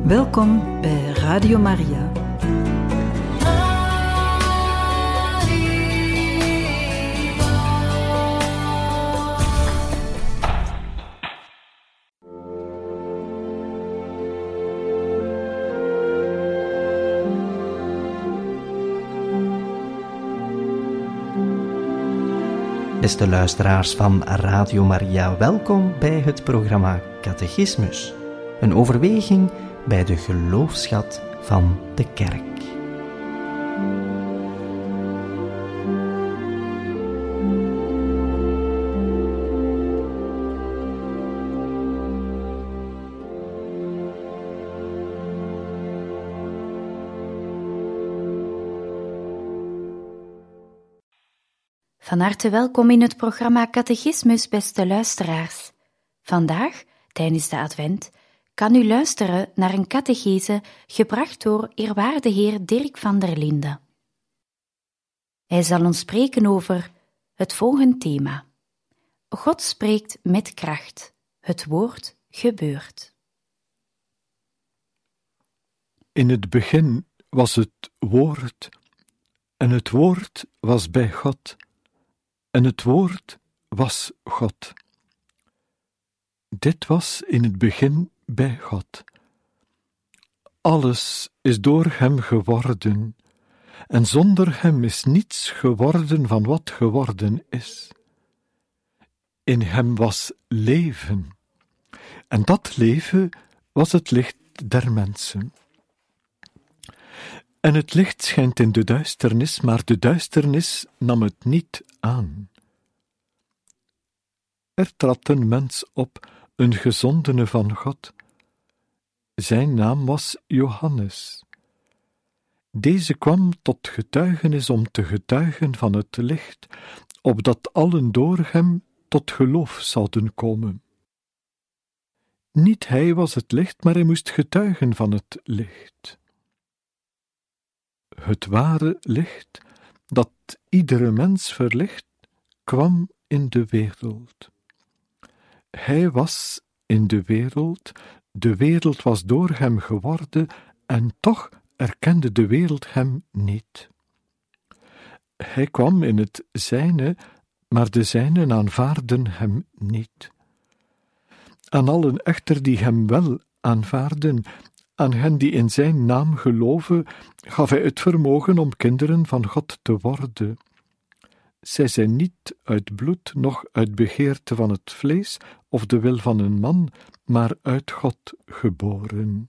Welkom bij Radio Maria. Beste luisteraars van Radio Maria, welkom bij het programma Catechismus. Een overweging bij de geloofsschat van de Kerk. Van harte welkom in het programma Catechismus, beste luisteraars. Vandaag, tijdens de Advent, kan u luisteren naar een catechese gebracht door eerwaarde heer Dirk van der Linden. Hij zal ons spreken over het volgende thema. God spreekt met kracht. Het woord gebeurt. In het begin was het woord, en het woord was bij God, en het woord was God. Dit was in het begin bij God. Alles is door hem geworden, en zonder hem is niets geworden van wat geworden is. In hem was leven, en dat leven was het licht der mensen. En het licht schijnt in de duisternis, maar de duisternis nam het niet aan. Er trad een mens op, een gezondene van God. Zijn naam was Johannes. Deze kwam tot getuigenis om te getuigen van het licht, opdat allen door hem tot geloof zouden komen. Niet hij was het licht, maar hij moest getuigen van het licht. Het ware licht, dat iedere mens verlicht, kwam in de wereld. Hij was in de wereld was door hem geworden, en toch erkende de wereld hem niet. Hij kwam in het zijne, maar de zijnen aanvaarden hem niet. Aan allen echter die hem wel aanvaarden, aan hen die in zijn naam geloven, gaf hij het vermogen om kinderen van God te worden. Zij zijn niet uit bloed, noch uit begeerte van het vlees of de wil van een man, maar uit God geboren.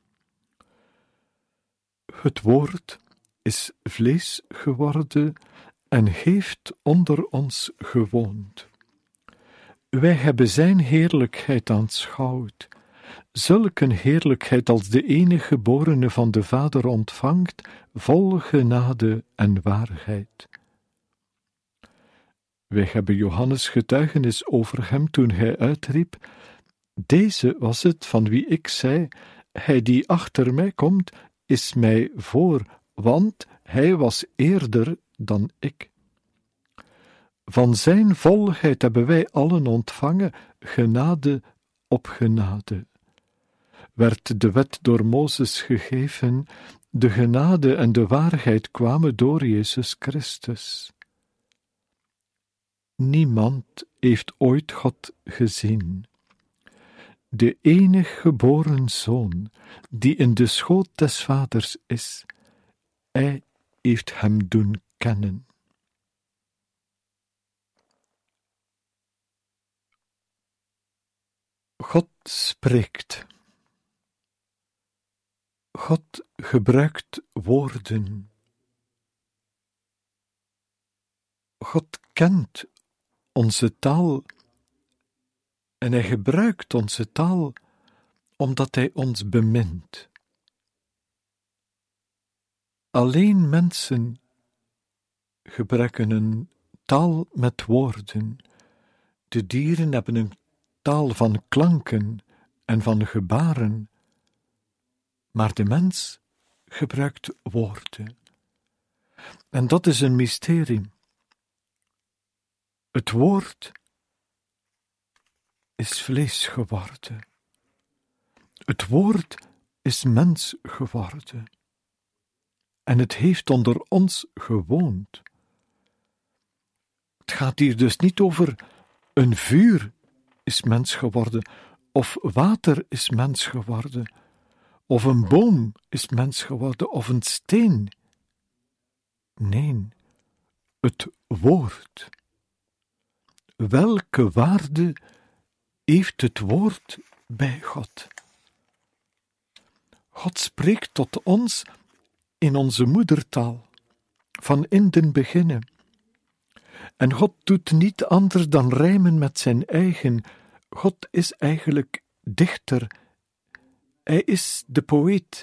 Het woord is vlees geworden en heeft onder ons gewoond. Wij hebben zijn heerlijkheid aanschouwd, zulk een heerlijkheid als de enige geborene van de Vader ontvangt, vol genade en waarheid. Wij hebben Johannes getuigenis over hem toen hij uitriep: Deze was het van wie ik zei, hij die achter mij komt, is mij voor, want hij was eerder dan ik. Van zijn volheid hebben wij allen ontvangen, genade op genade. Werd de wet door Mozes gegeven, de genade en de waarheid kwamen door Jezus Christus. Niemand heeft ooit God gezien. De enig geboren Zoon, die in de schoot des Vaders is, hij heeft hem doen kennen. God spreekt. God gebruikt woorden. God kent onze taal en hij gebruikt onze taal omdat hij ons bemint. Alleen mensen gebruiken een taal met woorden. De dieren hebben een taal van klanken en van gebaren, maar de mens gebruikt woorden. En dat is een mysterie. Het woord is vlees geworden. Het woord is mens geworden. En het heeft onder ons gewoond. Het gaat hier dus niet over een vuur is mens geworden, of water is mens geworden, of een boom is mens geworden, of een steen. Nee, het woord. Welke waarde heeft het woord bij God? God spreekt tot ons in onze moedertaal, van in den beginne. En God doet niet anders dan rijmen met zijn eigen. God is eigenlijk dichter. Hij is de poëet.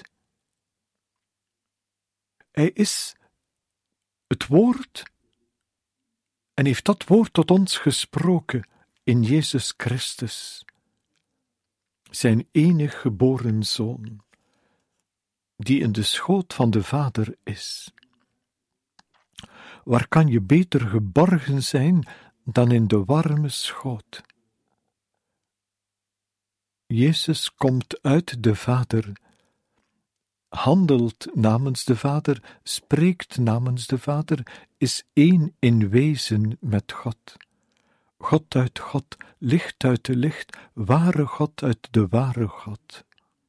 Hij is het woord en heeft dat woord tot ons gesproken in Jezus Christus, zijn enig geboren Zoon, die in de schoot van de Vader is. Waar kan je beter geborgen zijn dan in de warme schoot? Jezus komt uit de Vader, handelt namens de Vader, spreekt namens de Vader, is één in wezen met God. God uit God, licht uit de licht, ware God uit de ware God.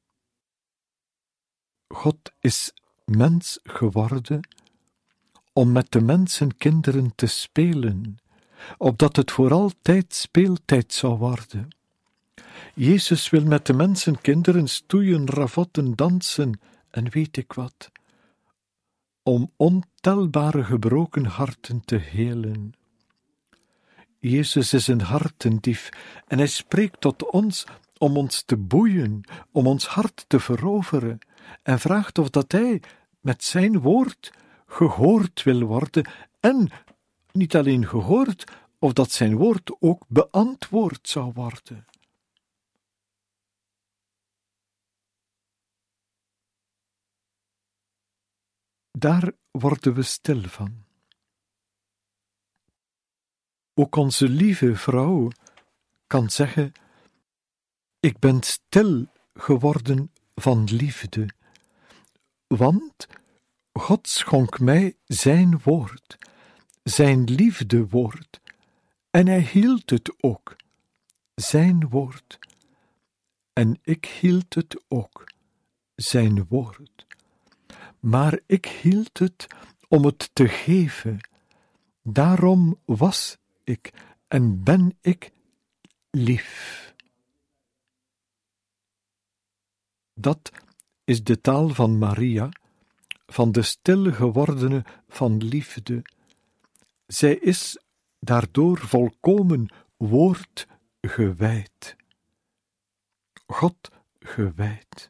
God is mens geworden om met de mensenkinderen te spelen, opdat het voor altijd speeltijd zou worden. Jezus wil met de mensenkinderen stoeien, ravotten, dansen en weet ik wat, om ontelbare gebroken harten te helen. Jezus is een hartendief en hij spreekt tot ons om ons te boeien, om ons hart te veroveren en vraagt of dat hij met zijn woord gehoord wil worden en niet alleen gehoord, of dat zijn woord ook beantwoord zou worden. Daar worden we stil van. Ook onze lieve vrouw kan zeggen: ik ben stil geworden van liefde, want God schonk mij zijn woord, zijn liefdewoord, en hij hield het ook, zijn woord, en ik hield het ook, zijn woord. Maar ik hield het om het te geven, daarom was ik en ben ik lief. Dat is de taal van Maria, van de stil gewordene van liefde. Zij is daardoor volkomen woord gewijd. God gewijd.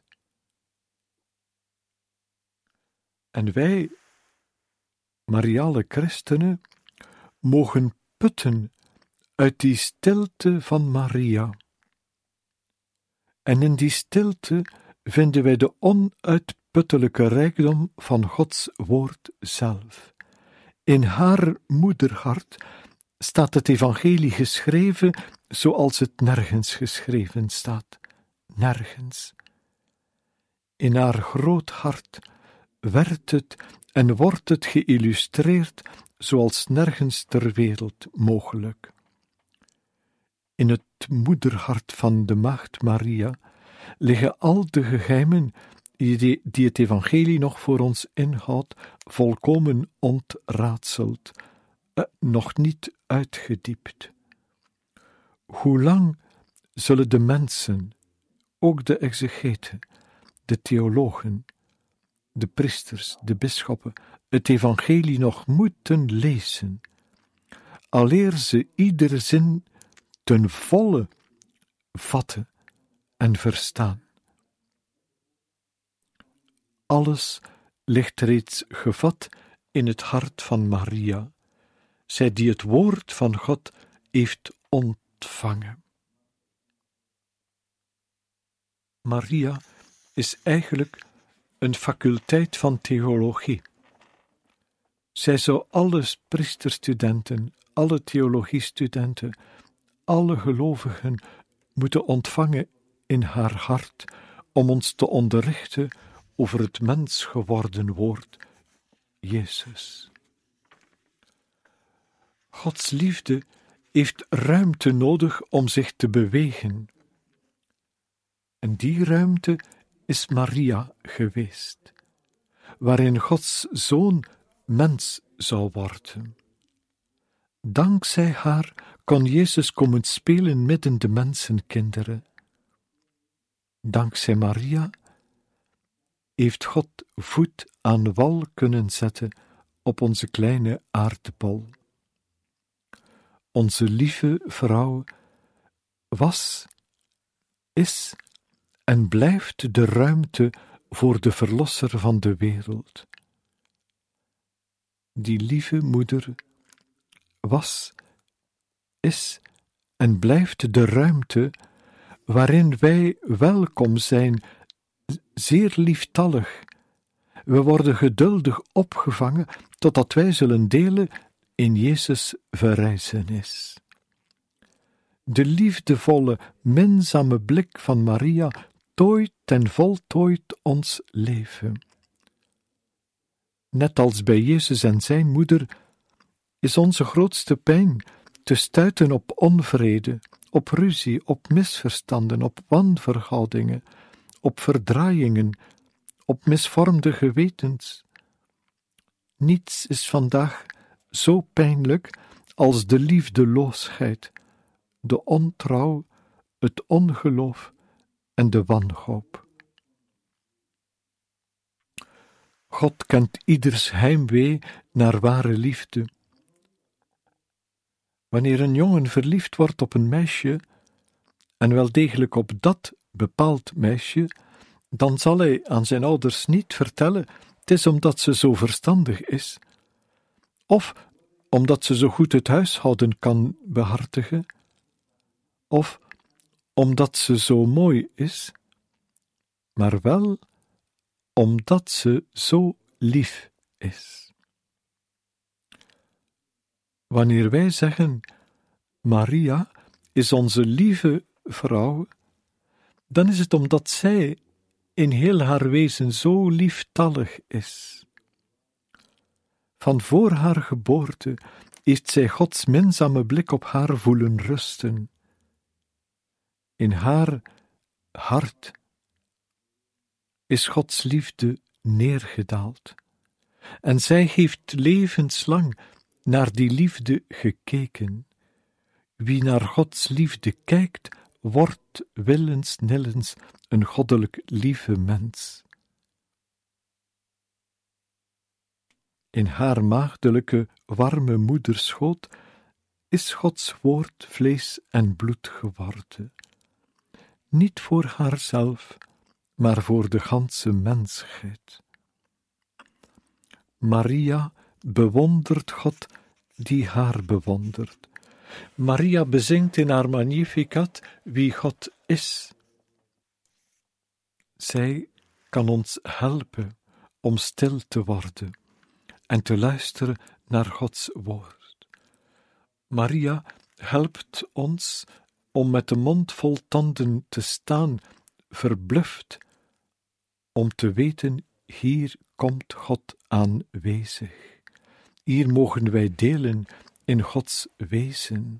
En wij, Mariale christenen, mogen putten uit die stilte van Maria. En in die stilte vinden wij de onuitputtelijke rijkdom van Gods woord zelf. In haar moederhart staat het evangelie geschreven zoals het nergens geschreven staat. Nergens. In haar groot hart werd het en wordt het geïllustreerd zoals nergens ter wereld mogelijk. In het moederhart van de maagd Maria liggen al de geheimen die het evangelie nog voor ons inhoudt, volkomen ontraadseld, nog niet uitgediept. Hoe lang zullen de mensen, ook de exegeten, de theologen, de priesters, de bisschoppen, het evangelie nog moeten lezen, aleer ze iedere zin ten volle vatten en verstaan. Alles ligt reeds gevat in het hart van Maria, zij die het woord van God heeft ontvangen. Maria is eigenlijk een faculteit van theologie. Zij zou alle priesterstudenten, alle theologiestudenten, alle gelovigen moeten ontvangen in haar hart, om ons te onderrichten over het mens geworden woord, Jezus. Gods liefde heeft ruimte nodig om zich te bewegen. En die ruimte is Maria geweest, waarin Gods Zoon mens zou worden. Dankzij haar kon Jezus komen spelen midden de mensenkinderen. Dankzij Maria heeft God voet aan wal kunnen zetten op onze kleine aardbol. Onze lieve vrouw was, is en blijft de ruimte voor de Verlosser van de wereld. Die lieve moeder was, is en blijft de ruimte waarin wij welkom zijn, zeer lieftallig. We worden geduldig opgevangen totdat wij zullen delen in Jezus' verrijzenis. De liefdevolle, minzame blik van Maria tooit en voltooit ons leven. Net als bij Jezus en zijn moeder is onze grootste pijn te stuiten op onvrede, op ruzie, op misverstanden, op wanverhoudingen, op verdraaiingen, op misvormde gewetens. Niets is vandaag zo pijnlijk als de liefdeloosheid, de ontrouw, het ongeloof en de wanhoop. God kent ieders heimwee naar ware liefde. Wanneer een jongen verliefd wordt op een meisje, en wel degelijk op dat bepaald meisje, dan zal hij aan zijn ouders niet vertellen: het is omdat ze zo verstandig is, of omdat ze zo goed het huishouden kan behartigen, of omdat ze zo mooi is, maar wel omdat ze zo lief is. Wanneer wij zeggen: Maria is onze lieve vrouw, dan is het omdat zij in heel haar wezen zo lieftallig is. Van voor haar geboorte heeft zij Gods minzame blik op haar voelen rusten. In haar hart is Gods liefde neergedaald, en zij heeft levenslang naar die liefde gekeken. Wie naar Gods liefde kijkt, wordt willens-nillens een goddelijk lieve mens. In haar maagdelijke, warme moederschoot is Gods woord vlees en bloed geworden. Niet voor haarzelf, maar voor de ganse mensheid. Maria bewondert God die haar bewondert. Maria bezingt in haar Magnificat wie God is. Zij kan ons helpen om stil te worden en te luisteren naar Gods woord. Maria helpt ons om met de mond vol tanden te staan, verbluft, om te weten: hier komt God aanwezig. Hier mogen wij delen in Gods wezen.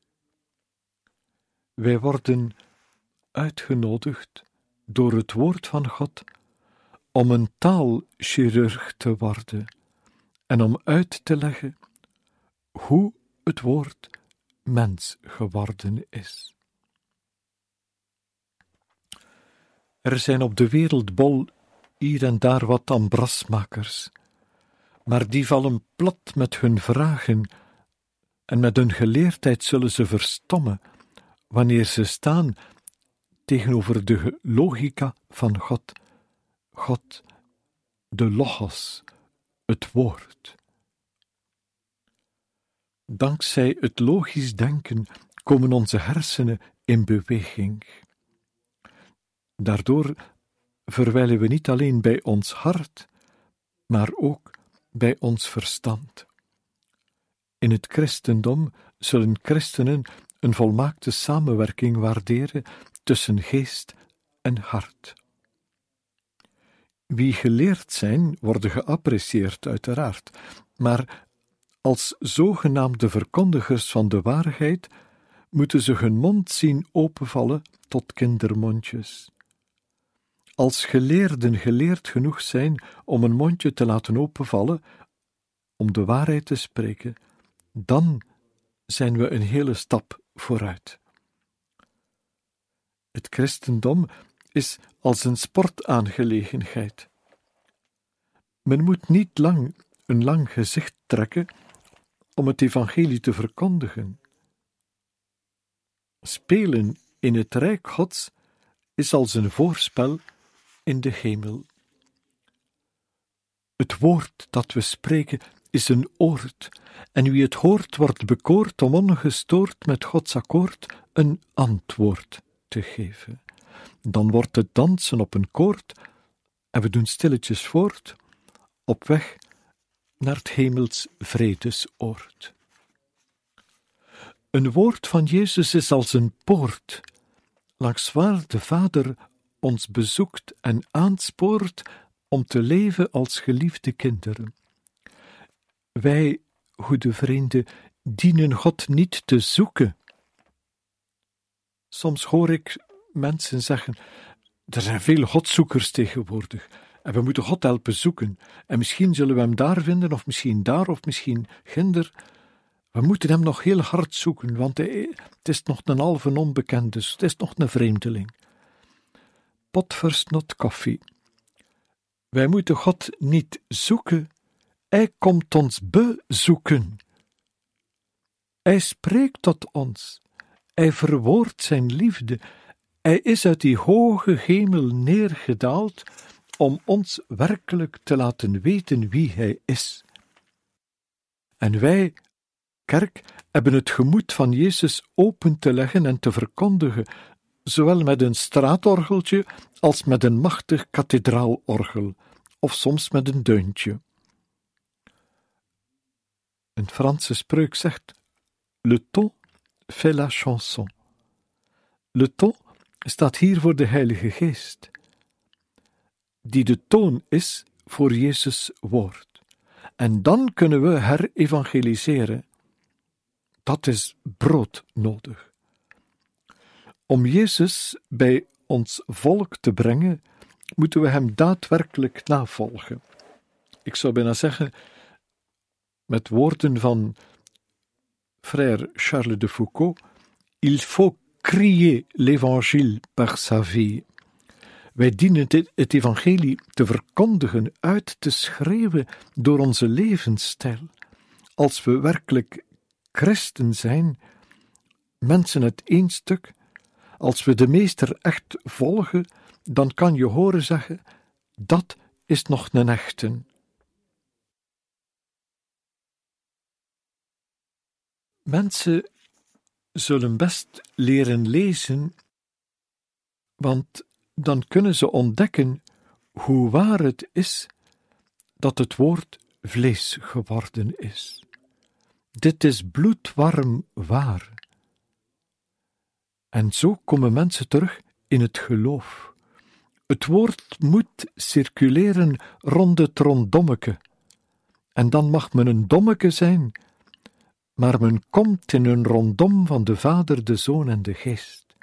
Wij worden uitgenodigd door het woord van God om een taalchirurg te worden en om uit te leggen hoe het woord mens geworden is. Er zijn op de wereldbol hier en daar wat ambrasmakers, maar die vallen plat met hun vragen en met hun geleerdheid zullen ze verstommen wanneer ze staan tegenover de logica van God. God, de logos, het woord. Dankzij het logisch denken komen onze hersenen in beweging. Daardoor verwijlen we niet alleen bij ons hart, maar ook bij ons verstand. In het christendom zullen christenen een volmaakte samenwerking waarderen tussen geest en hart. wie geleerd zijn, worden geapprecieerd, uiteraard, maar als zogenaamde verkondigers van de waarheid moeten ze hun mond zien openvallen tot kindermondjes. Als geleerden geleerd genoeg zijn om een mondje te laten openvallen, om de waarheid te spreken, dan zijn we een hele stap vooruit. Het christendom is als een sportaangelegenheid. Men moet niet een lang gezicht trekken om het evangelie te verkondigen. Spelen in het rijk Gods is als een voorspel in de hemel. Het woord dat we spreken is een oord, en wie het hoort wordt bekoord om ongestoord met Gods akkoord een antwoord te geven. Dan wordt het dansen op een koord, en we doen stilletjes voort, op weg naar het hemels vredesoord. Een woord van Jezus is als een poort, langs waar de Vader ons bezoekt en aanspoort om te leven als geliefde kinderen. Wij, goede vrienden, dienen God niet te zoeken. Soms hoor ik mensen zeggen, er zijn veel godzoekers tegenwoordig, en we moeten God helpen zoeken, en misschien zullen we hem daar vinden, of misschien daar, of misschien ginder. We moeten hem nog heel hard zoeken, want het is nog een halve onbekende, het is nog een vreemdeling. Pot first not coffee. Wij moeten God niet zoeken, hij komt ons bezoeken. Hij spreekt tot ons, hij verwoordt zijn liefde, hij is uit die hoge hemel neergedaald om ons werkelijk te laten weten wie hij is. En wij, kerk, hebben het gemoed van Jezus open te leggen en te verkondigen, zowel met een straatorgeltje als met een machtig kathedraalorgel, of soms met een deuntje. Een Franse spreuk zegt: Le ton fait la chanson. Le ton staat hier voor de Heilige Geest, die de toon is voor Jezus' woord. En dan kunnen we herevangeliseren. Dat is broodnodig. Om Jezus bij ons volk te brengen, moeten we hem daadwerkelijk navolgen. Ik zou bijna zeggen, met woorden van frère Charles de Foucault, il faut crier l'évangile par sa vie. Wij dienen het evangelie te verkondigen, uit te schreeuwen door onze levensstijl. Als we werkelijk christen zijn, mensen uit één stuk, als we de meester echt volgen, dan kan je horen zeggen, dat is nog een echte. Mensen zullen best leren lezen, want dan kunnen ze ontdekken hoe waar het is dat het woord vlees geworden is. Dit is bloedwarm waar. En zo komen mensen terug in het geloof. Het woord moet circuleren rond het rondommeke. En dan mag men een dommeke zijn, maar men komt in een rondom van de Vader, de Zoon en de Geest.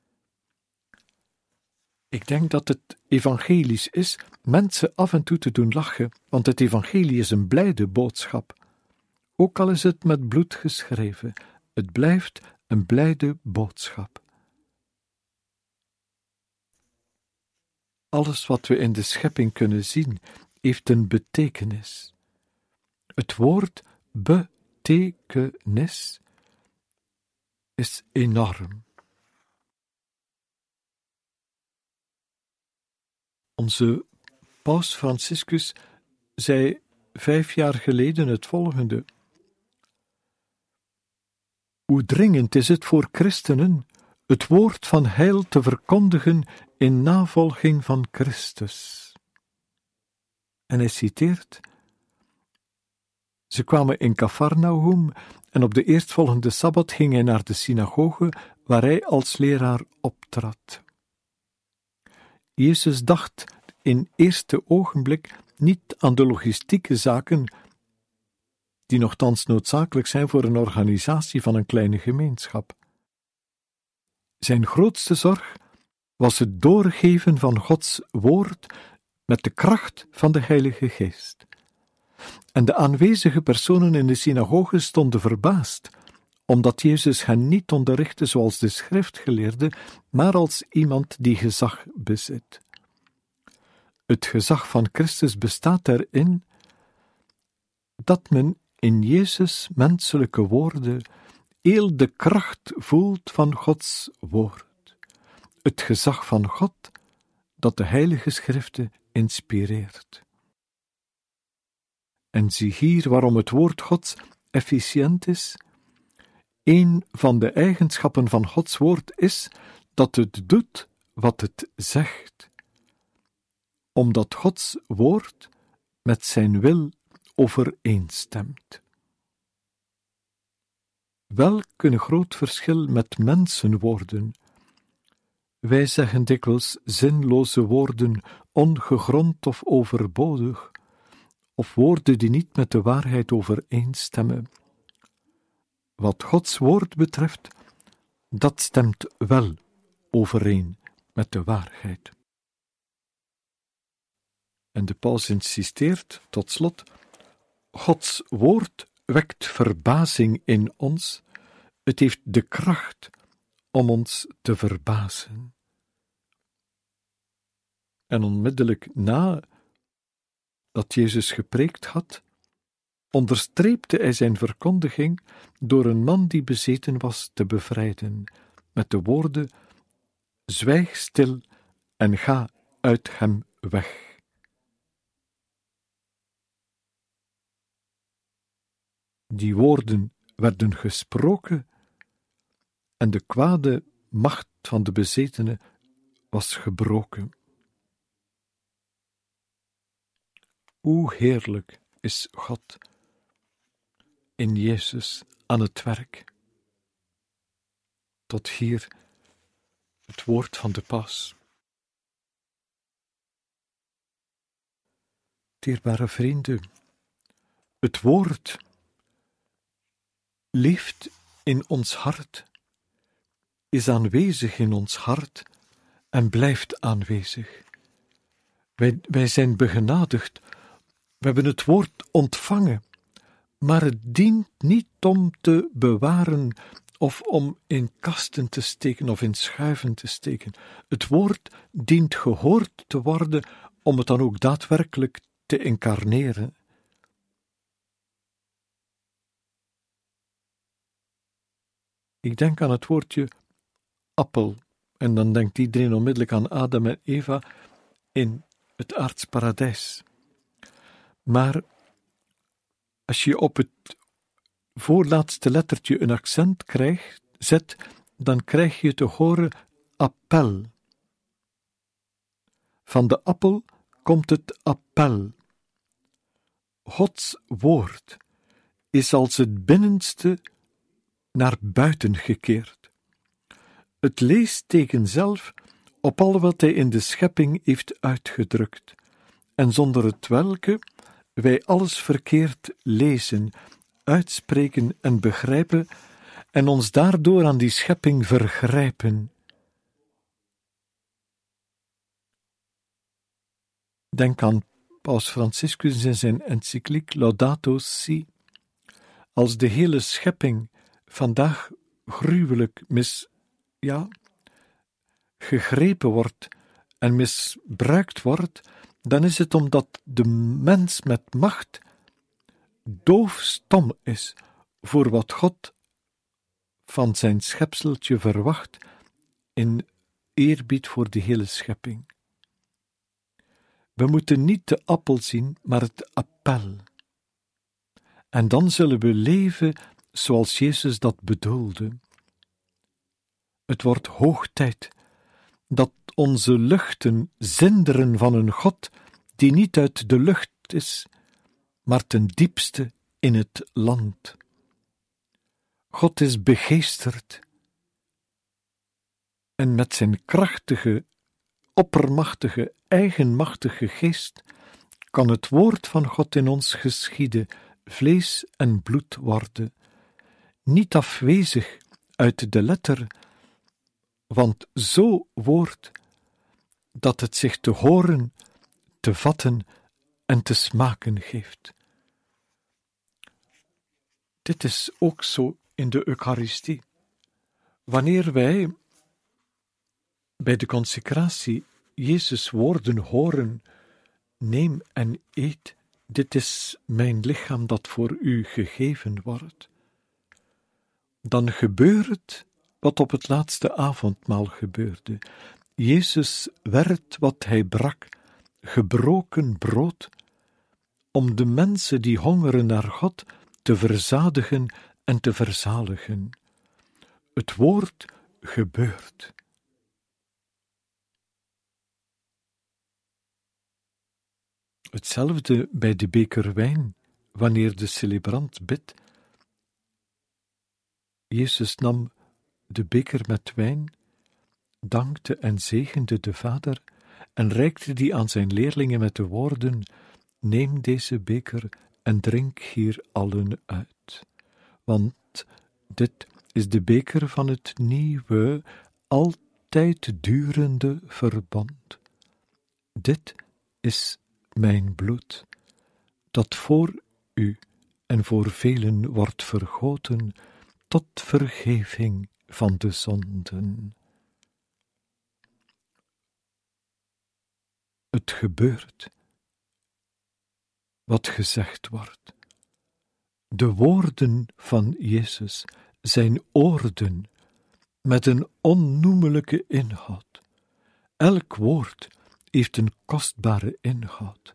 Ik denk dat het evangelisch is mensen af en toe te doen lachen, want het evangelie is een blijde boodschap. Ook al is het met bloed geschreven, het blijft een blijde boodschap. Alles wat we in de schepping kunnen zien, heeft een betekenis. Het woord betekenis is enorm. Onze paus Franciscus zei 5 jaar geleden het volgende: hoe dringend is het voor christenen het woord van heil te verkondigen in navolging van Christus. En hij citeert: ze kwamen in Kafarnaum en op de eerstvolgende sabbat ging hij naar de synagoge waar hij als leraar optrad. Jezus dacht in eerste ogenblik niet aan de logistieke zaken, die nochtans noodzakelijk zijn voor een organisatie van een kleine gemeenschap. Zijn grootste zorg was het doorgeven van Gods woord met de kracht van de Heilige Geest. En de aanwezige personen in de synagoge stonden verbaasd, omdat Jezus hen niet onderrichtte zoals de schriftgeleerden, maar als iemand die gezag bezit. Het gezag van Christus bestaat erin dat men in Jezus' menselijke woorden heel de kracht voelt van Gods woord. Het gezag van God dat de Heilige Schriften inspireert. En zie hier waarom het woord Gods efficiënt is. Een van de eigenschappen van Gods woord is dat het doet wat het zegt. Omdat Gods woord met zijn wil overeenstemt. Welk een groot verschil met mensenwoorden. Wij zeggen dikwijls zinloze woorden, ongegrond of overbodig, of woorden die niet met de waarheid overeenstemmen. Wat Gods woord betreft, dat stemt wel overeen met de waarheid. En de paus insisteert, tot slot, Gods woord wekt verbazing in ons, het heeft de kracht om ons te verbazen. En onmiddellijk na dat Jezus gepreekt had, onderstreepte hij zijn verkondiging door een man die bezeten was te bevrijden, met de woorden: zwijg stil en ga uit hem weg. Die woorden werden gesproken en de kwade macht van de bezetene was gebroken. Hoe heerlijk is God in Jezus aan het werk. Tot hier het woord van de paus. Dierbare vrienden, het woord leeft in ons hart, is aanwezig in ons hart en blijft aanwezig. Wij zijn begenadigd, we hebben het woord ontvangen, maar het dient niet om te bewaren of om in kasten te steken of in schuiven te steken. Het woord dient gehoord te worden om het dan ook daadwerkelijk te incarneren. Ik denk aan het woordje appel, en dan denkt iedereen onmiddellijk aan Adam en Eva in het aards paradijs. Maar als je op het voorlaatste lettertje een accent zet, dan krijg je te horen appel. Van de appel komt het appel. Gods woord is als het binnenste naar buiten gekeerd. Het leesteken zelf op al wat hij in de schepping heeft uitgedrukt, en zonder het welke wij alles verkeerd lezen, uitspreken en begrijpen, en ons daardoor aan die schepping vergrijpen. Denk aan Paus Franciscus in zijn encycliek Laudato Si. Als de hele schepping vandaag gruwelijk gegrepen wordt en misbruikt wordt, dan is het omdat de mens met macht doofstom is voor wat God van zijn schepseltje verwacht in eerbied voor de hele schepping. We moeten niet de appel zien, maar het appel. En dan zullen we leven zoals Jezus dat bedoelde. Het wordt hoog tijd dat onze luchten zinderen van een God die niet uit de lucht is, maar ten diepste in het land. God is begeesterd en met zijn krachtige oppermachtige, eigenmachtige geest, kan het woord van God in ons geschieden, vlees en bloed worden, niet afwezig uit de letter, want zo woord dat het zich te horen, te vatten en te smaken geeft. Dit is ook zo in de Eucharistie. Wanneer wij bij de consecratie Jezus' woorden horen, neem en eet, dit is mijn lichaam dat voor u gegeven wordt, dan gebeurt wat op het laatste avondmaal gebeurde. Jezus werd wat hij brak, gebroken brood, om de mensen die hongeren naar God te verzadigen en te verzaligen. Het woord gebeurt. Hetzelfde bij de beker wijn, wanneer de celebrant bidt. Jezus nam de beker met wijn, dankte en zegende de Vader en reikte die aan zijn leerlingen met de woorden: neem deze beker en drink hier allen uit. Want dit is de beker van het nieuwe, altijd durende verbond. Dit is mijn bloed, dat voor u en voor velen wordt vergoten tot vergeving van de zonden. Het gebeurt wat gezegd wordt. De woorden van Jezus zijn oorden met een onnoemelijke inhoud. Elk woord heeft een kostbare inhoud.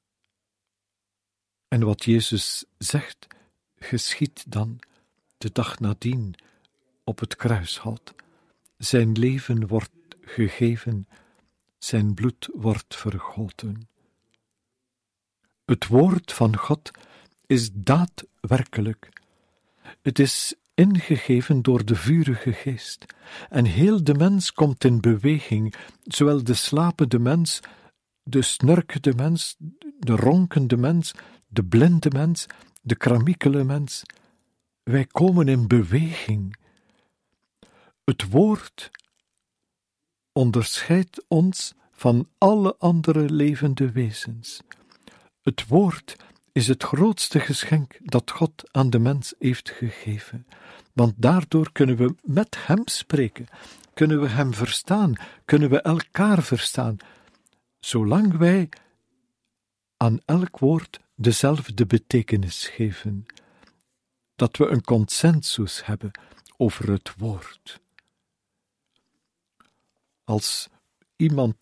En wat Jezus zegt, geschiedt dan de dag nadien op het kruishout. Zijn leven wordt gegeven, zijn bloed wordt vergoten. Het woord van God is daadwerkelijk. Het is ingegeven door de vurige geest. En heel de mens komt in beweging, zowel de slapende mens, de snurkende mens, de ronkende mens, de blinde mens, de kramiekele mens. Wij komen in beweging. Het woord onderscheidt ons van alle andere levende wezens. Het woord is het grootste geschenk dat God aan de mens heeft gegeven, want daardoor kunnen we met hem spreken, kunnen we hem verstaan, kunnen we elkaar verstaan, zolang wij aan elk woord dezelfde betekenis geven, dat we een consensus hebben over het woord. Als iemand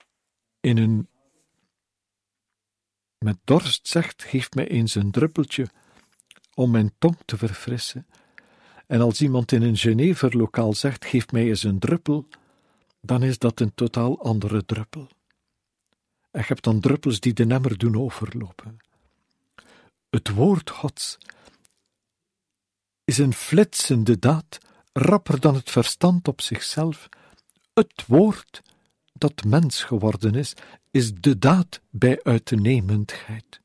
met dorst zegt, geef mij eens een druppeltje om mijn tong te verfrissen. En als iemand in een Geneverlokaal zegt, geef mij eens een druppel, dan is dat een totaal andere druppel. En je hebt dan druppels die de emmer doen overlopen. Het woord Gods is een flitsende daad, rapper dan het verstand op zichzelf. Het woord dat mens geworden is de daad bij uitnemendheid.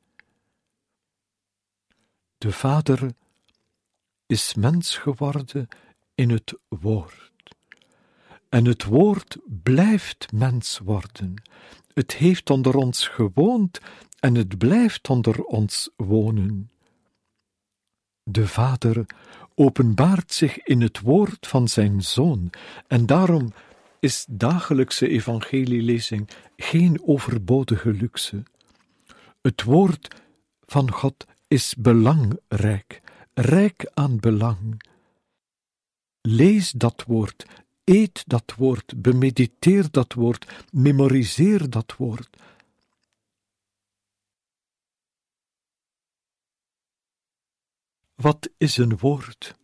De Vader is mens geworden in het woord. En het woord blijft mens worden. Het heeft onder ons gewoond en het blijft onder ons wonen. De Vader openbaart zich in het woord van zijn Zoon en daarom is dagelijkse evangelielezing geen overbodige luxe. Het woord van God is belangrijk, rijk aan belang. Lees dat woord, eet dat woord, bemediteer dat woord, memoriseer dat woord. Wat is een woord?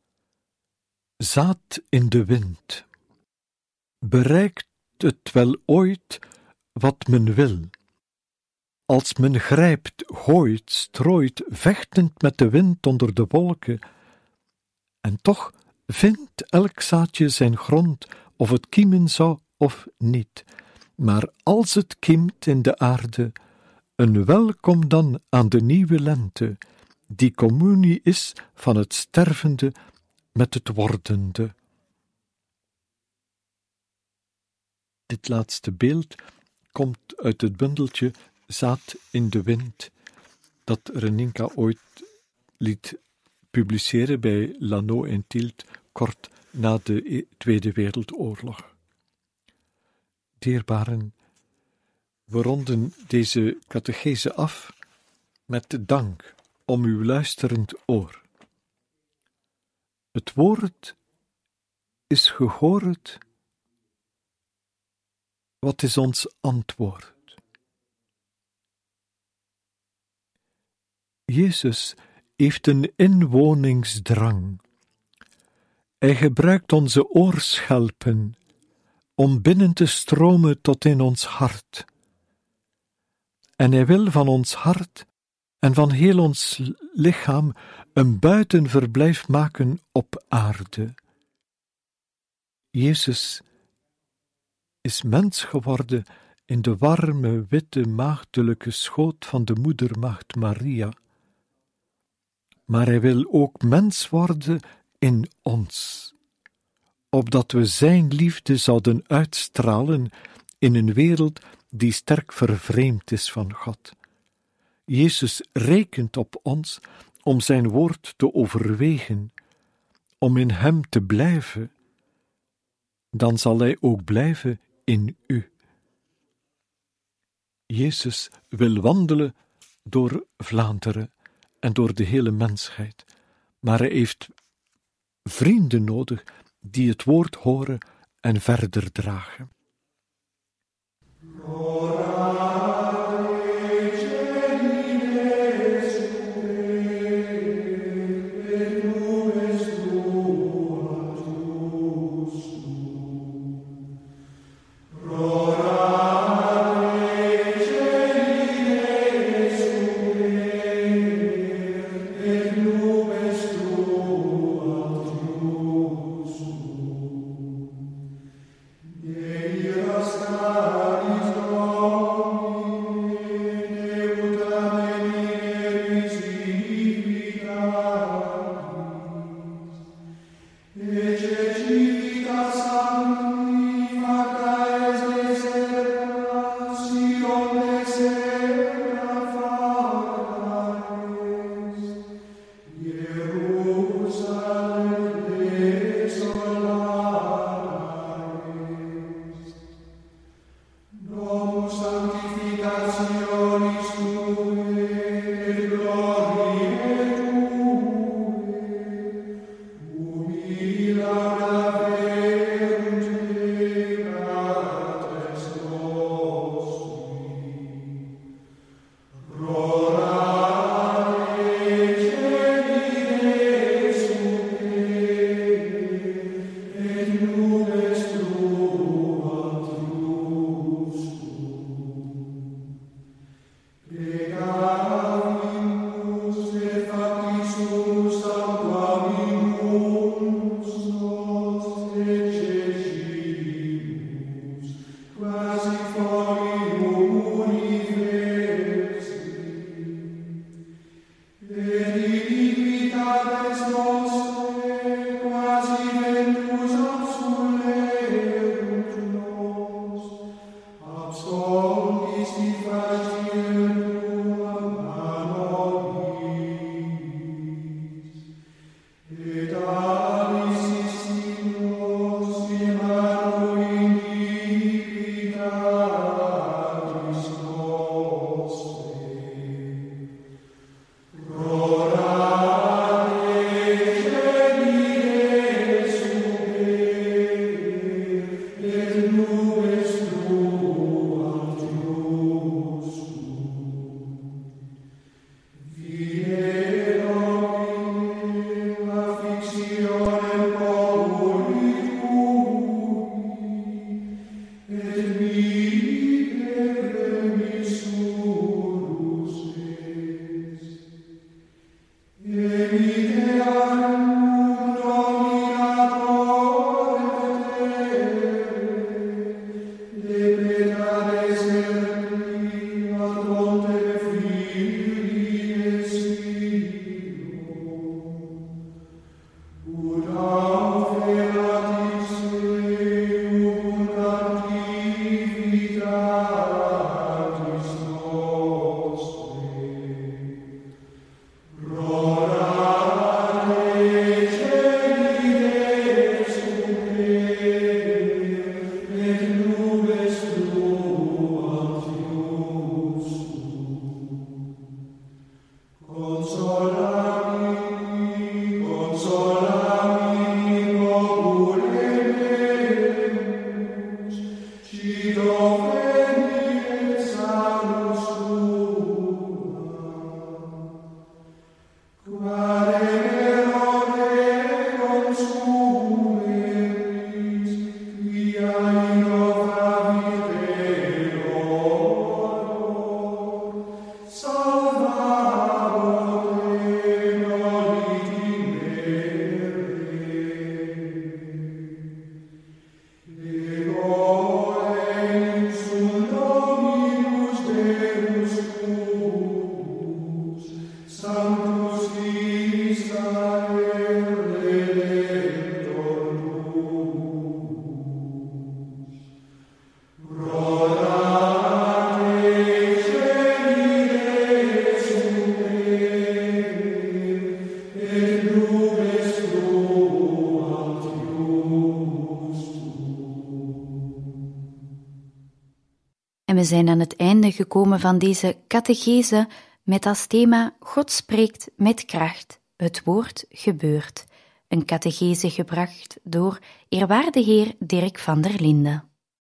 Zaad in de wind. Bereikt het wel ooit wat men wil? Als men grijpt, gooit, strooit, vechtend met de wind onder de wolken, en toch vindt elk zaadje zijn grond, of het kiemen zou of niet. maar als het kiemt in de aarde, een welkom dan aan de nieuwe lente, die communie is van het stervende met het wordende. Dit laatste beeld komt uit het bundeltje Zaad in de Wind, dat Reninka ooit liet publiceren bij Lannot en Tielt kort na de Tweede Wereldoorlog. Dierbaren, we ronden deze catechese af met dank om uw luisterend oor. Het woord is gehoord. Wat is ons antwoord? Jezus heeft een inwoningsdrang. Hij gebruikt onze oorschelpen om binnen te stromen tot in ons hart. En hij wil van ons hart en van heel ons lichaam een buitenverblijf maken op aarde. Jezus is mens geworden in de warme, witte, maagdelijke schoot van de moedermaagd Maria. Maar hij wil ook mens worden in ons, opdat we zijn liefde zouden uitstralen in een wereld die sterk vervreemd is van God. Jezus rekent op ons om zijn woord te overwegen, om in hem te blijven. Dan zal hij ook blijven in u. Jezus wil wandelen door Vlaanderen en door de hele mensheid, maar hij heeft vrienden nodig die het woord horen en verder dragen. Yeah. En we zijn aan het einde gekomen van deze catechese met als thema God spreekt met kracht, het woord gebeurt. Een catechese gebracht door eerwaarde heer Dirk van der Linden.